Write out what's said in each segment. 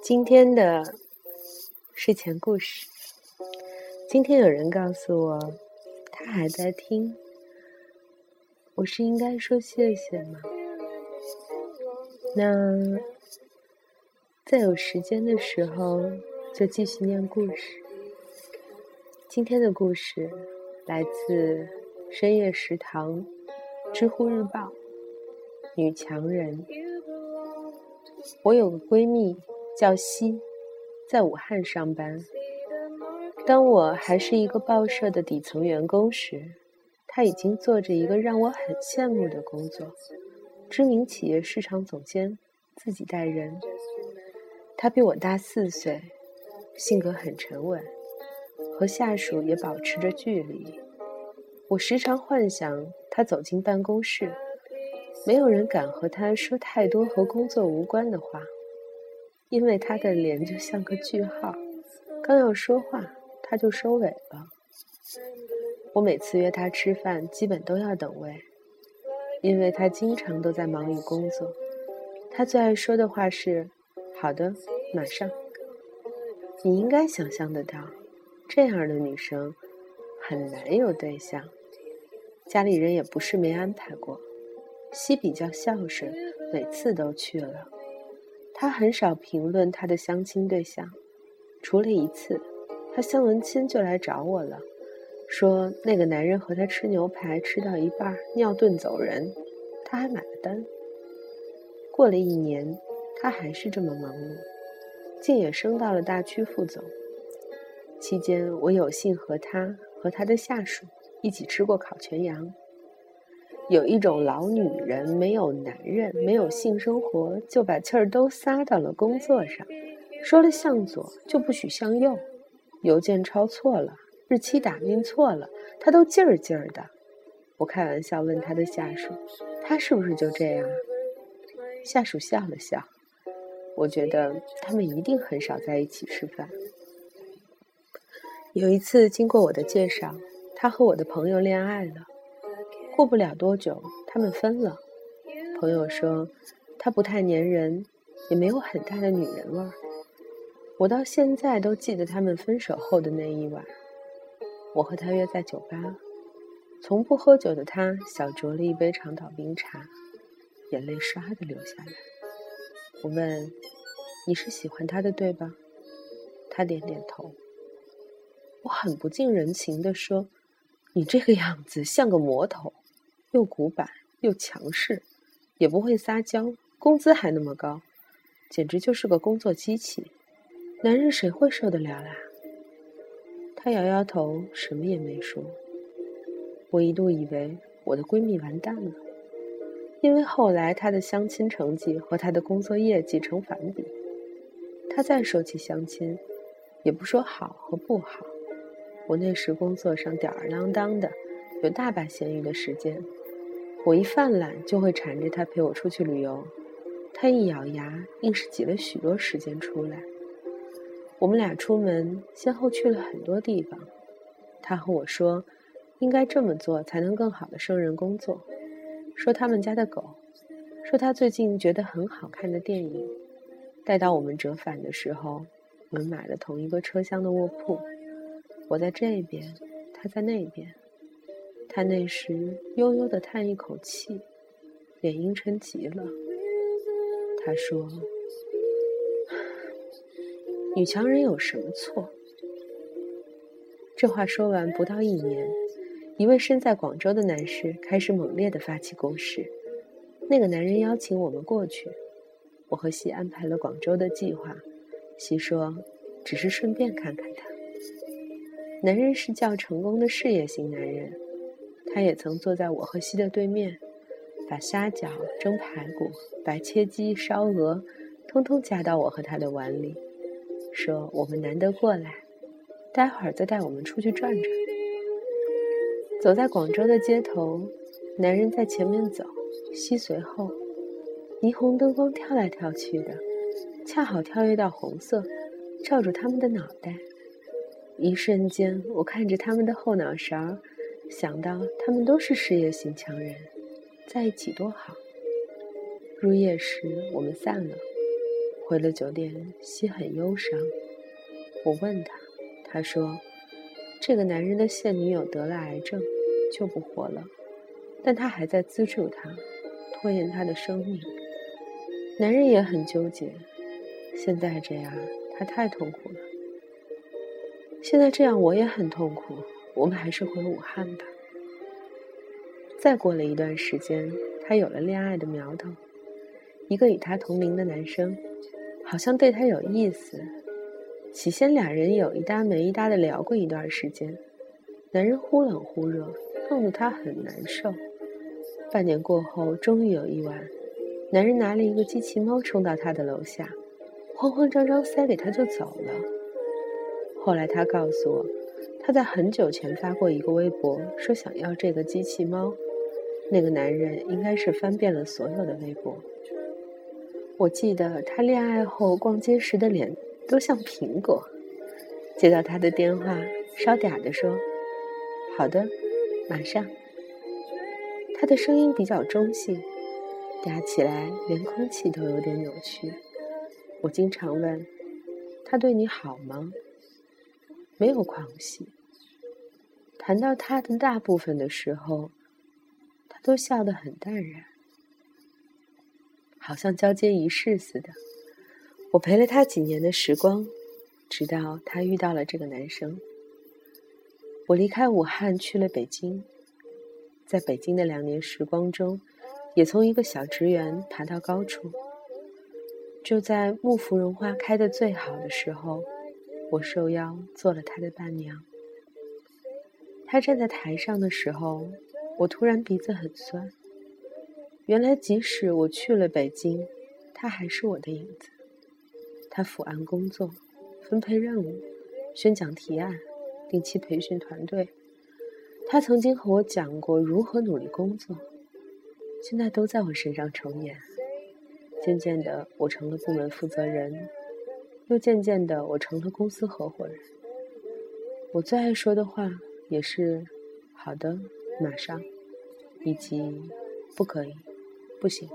今天的睡前故事，今天有人告诉我他还在听，我是应该说谢谢吗？那在有时间的时候就继续念故事。今天的故事来自深夜食堂、知乎日报、女强人。我有个闺蜜叫西，在武汉上班。当我还是一个报社的底层员工时，她已经做着一个让我很羡慕的工作，知名企业市场总监，自己带人。她比我大4岁，性格很沉稳，和下属也保持着距离。我时常幻想她走进办公室，没有人敢和她说太多和工作无关的话，因为她的脸就像个句号，刚要说话她就收尾了。我每次约她吃饭基本都要等位，因为她经常都在忙于工作。她最爱说的话是好的，马上。你应该想象得到，这样的女生很难有对象，家里人也不是没安排过。西比较孝顺，每次都去了。她很少评论她的相亲对象，除了一次，她相完亲就来找我了，说那个男人和她吃牛排吃到一半尿遁走人，她还买了单。过了1年，她还是这么忙碌，竟也升到了大区副总。期间我有幸和她和她的下属一起吃过烤全羊。有一种老女人没有男人，没有性生活，就把气儿都撒到了工作上，说了向左就不许向右，邮件抄错了，日期打印错了，她都劲儿劲儿的。我开玩笑问她的下属，她是不是就这样？下属笑了笑，我觉得他们一定很少在一起吃饭。有一次经过我的介绍，她和我的朋友恋爱了，过不了多久他们分了。朋友说她不太粘人，也没有很大的女人味儿。我到现在都记得他们分手后的那一晚，我和她约在酒吧，从不喝酒的她小酌了一杯长岛冰茶，眼泪唰地流下来。我问，你是喜欢他的对吧？他点点头。我很不近人情地说，你这个样子像个魔头，又古板又强势，也不会撒娇，工资还那么高，简直就是个工作机器，男人谁会受得了啦？他摇摇头，什么也没说。我一度以为我的闺蜜完蛋了，因为后来她的相亲成绩和她的工作业绩成反比。她再说起相亲，也不说好和不好。我那时工作上吊儿郎当的，有大把闲余的时间。我一犯懒就会缠着她陪我出去旅游，她一咬牙，硬是挤了许多时间出来。我们俩出门先后去了很多地方。她和我说，应该这么做才能更好的胜任工作。说他们家的狗，说他最近觉得很好看的电影。待到我们折返的时候，我们买了同一个车厢的卧铺，我在这边，他在那边。他那时悠悠地叹一口气，脸阴沉极了。他说，女强人有什么错？这话说完不到1年，一位身在广州的男士开始猛烈地发起攻势。那个男人邀请我们过去，我和西安排了广州的计划。西说只是顺便看看他。男人是较成功的事业型男人，他也曾坐在我和西的对面，把虾饺、蒸排骨、白切鸡、烧鹅通通加到我和他的碗里，说我们难得过来，待会儿再带我们出去转转。走在广州的街头，男人在前面走，西随后，霓虹灯光跳来跳去的，恰好跳跃到红色，照住他们的脑袋。一瞬间，我看着他们的后脑勺，想到他们都是事业型强人，在一起多好。入夜时我们散了， 回了酒店，心很忧伤。我问他，他说这个男人的现女友得了癌症，就不活了，但他还在资助他，拖延他的生命。男人也很纠结，现在这样他太痛苦了。现在这样我也很痛苦，我们还是回武汉吧。再过了一段时间，他有了恋爱的苗头，一个与他同龄的男生好像对他有意思。起先俩人有一搭没一搭的聊过一段时间，男人忽冷忽热，弄得他很难受。半年过后，终于有一晚，男人拿了一个机器猫冲到他的楼下，慌慌张张塞给他就走了。后来他告诉我，他在很久前发过一个微博，说想要这个机器猫。那个男人应该是翻遍了所有的微博。我记得他恋爱后逛街时的脸都像苹果。接到他的电话，稍嗲地说：“好的，马上。”他的声音比较中性，嗲起来连空气都有点扭曲。我经常问他对你好吗？没有狂喜。谈到他的大部分的时候，他都笑得很淡然，好像交接仪式似的。我陪了他几年的时光，直到他遇到了这个男生。我离开武汉去了北京，在北京的2年时光中，也从一个小职员爬到高处。就在木芙蓉花开得最好的时候，我受邀做了他的伴娘。他站在台上的时候，我突然鼻子很酸。原来即使我去了北京，他还是我的影子。他伏案工作，分配任务，宣讲提案，定期培训团队。他曾经和我讲过如何努力工作，现在都在我身上重演。渐渐的，我成了部门负责人，又渐渐的，我成了公司合伙人。我最爱说的话也是好的，马上，以及不可以，不行。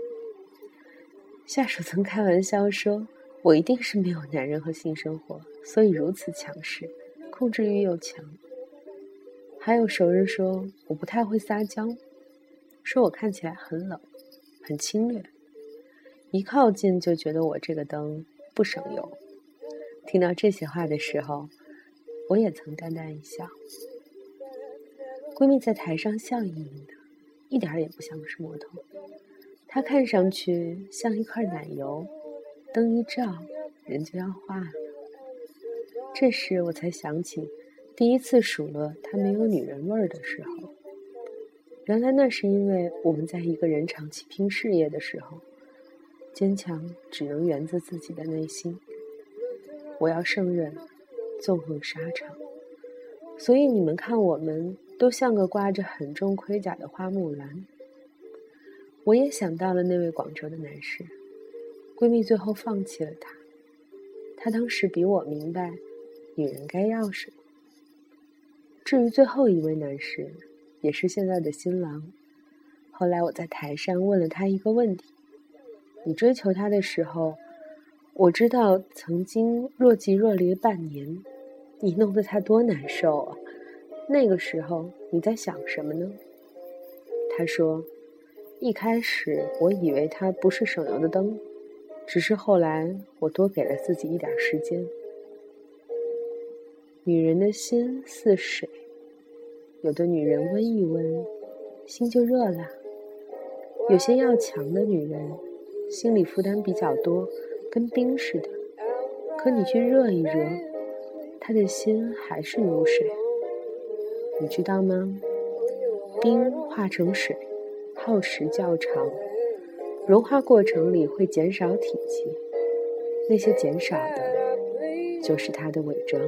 下属曾开玩笑说，我一定是没有男人和性生活，所以如此强势，控制欲又强。还有熟人说我不太会撒娇，说我看起来很冷，很侵略，一靠近就觉得我这个灯不省油。听到这些话的时候，我也曾淡淡一笑。闺蜜在台上笑盈盈的，一点也不像是模特。她看上去像一块奶油，灯一照，人就要化了。这时我才想起第一次数落她没有女人味儿的时候，原来那是因为我们在一个人长期拼事业的时候，坚强只能源自自己的内心。我要胜任，纵横沙场，所以你们看我们都像个挂着很重盔甲的花木兰。我也想到了那位广州的男士，闺蜜最后放弃了他。她当时比我明白女人该要什么。至于最后一位男士，也是现在的新郎，后来我在台上问了他一个问题：你追求他的时候，我知道曾经若即若离半年，你弄得他多难受啊，那个时候你在想什么呢？他说，一开始我以为他不是省油的灯，只是后来我多给了自己一点时间。女人的心似水，有的女人温一温，心就热了；有些要强的女人，心理负担比较多，跟冰似的。可你去热一热，她的心还是如水。你知道吗？冰化成水，耗时较长，融化过程里会减少体积，那些减少的，就是它的伪装。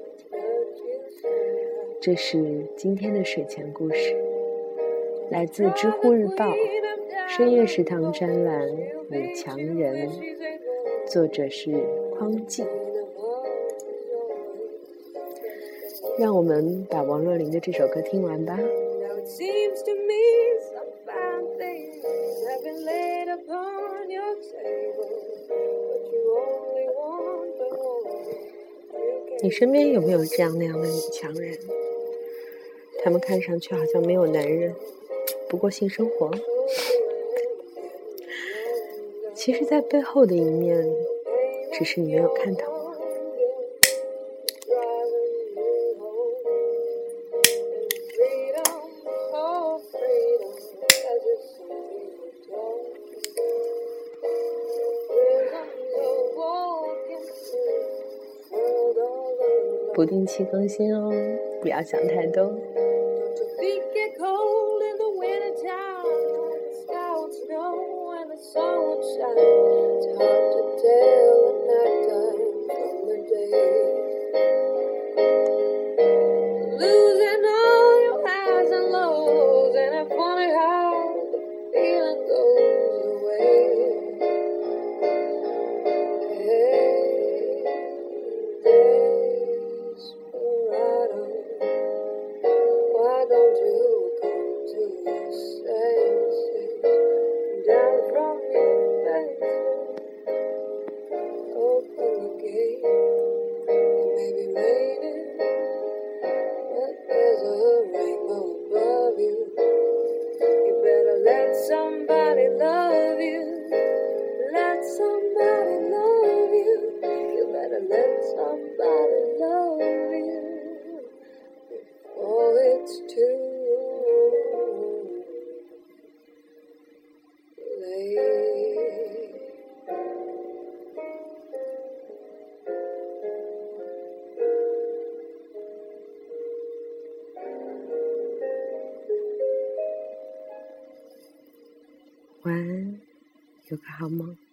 这是今天的睡前故事，来自知乎日报深夜食堂专栏女强人，作者是匡静。让我们把王若琳的这首歌听完吧。 你身边有没有这样那样的女强人？她们看上去好像没有男人，不过性生活，其实在背后的一面，只是你没有看到。不定期更新哦，不要想太多。晚安，有个好梦。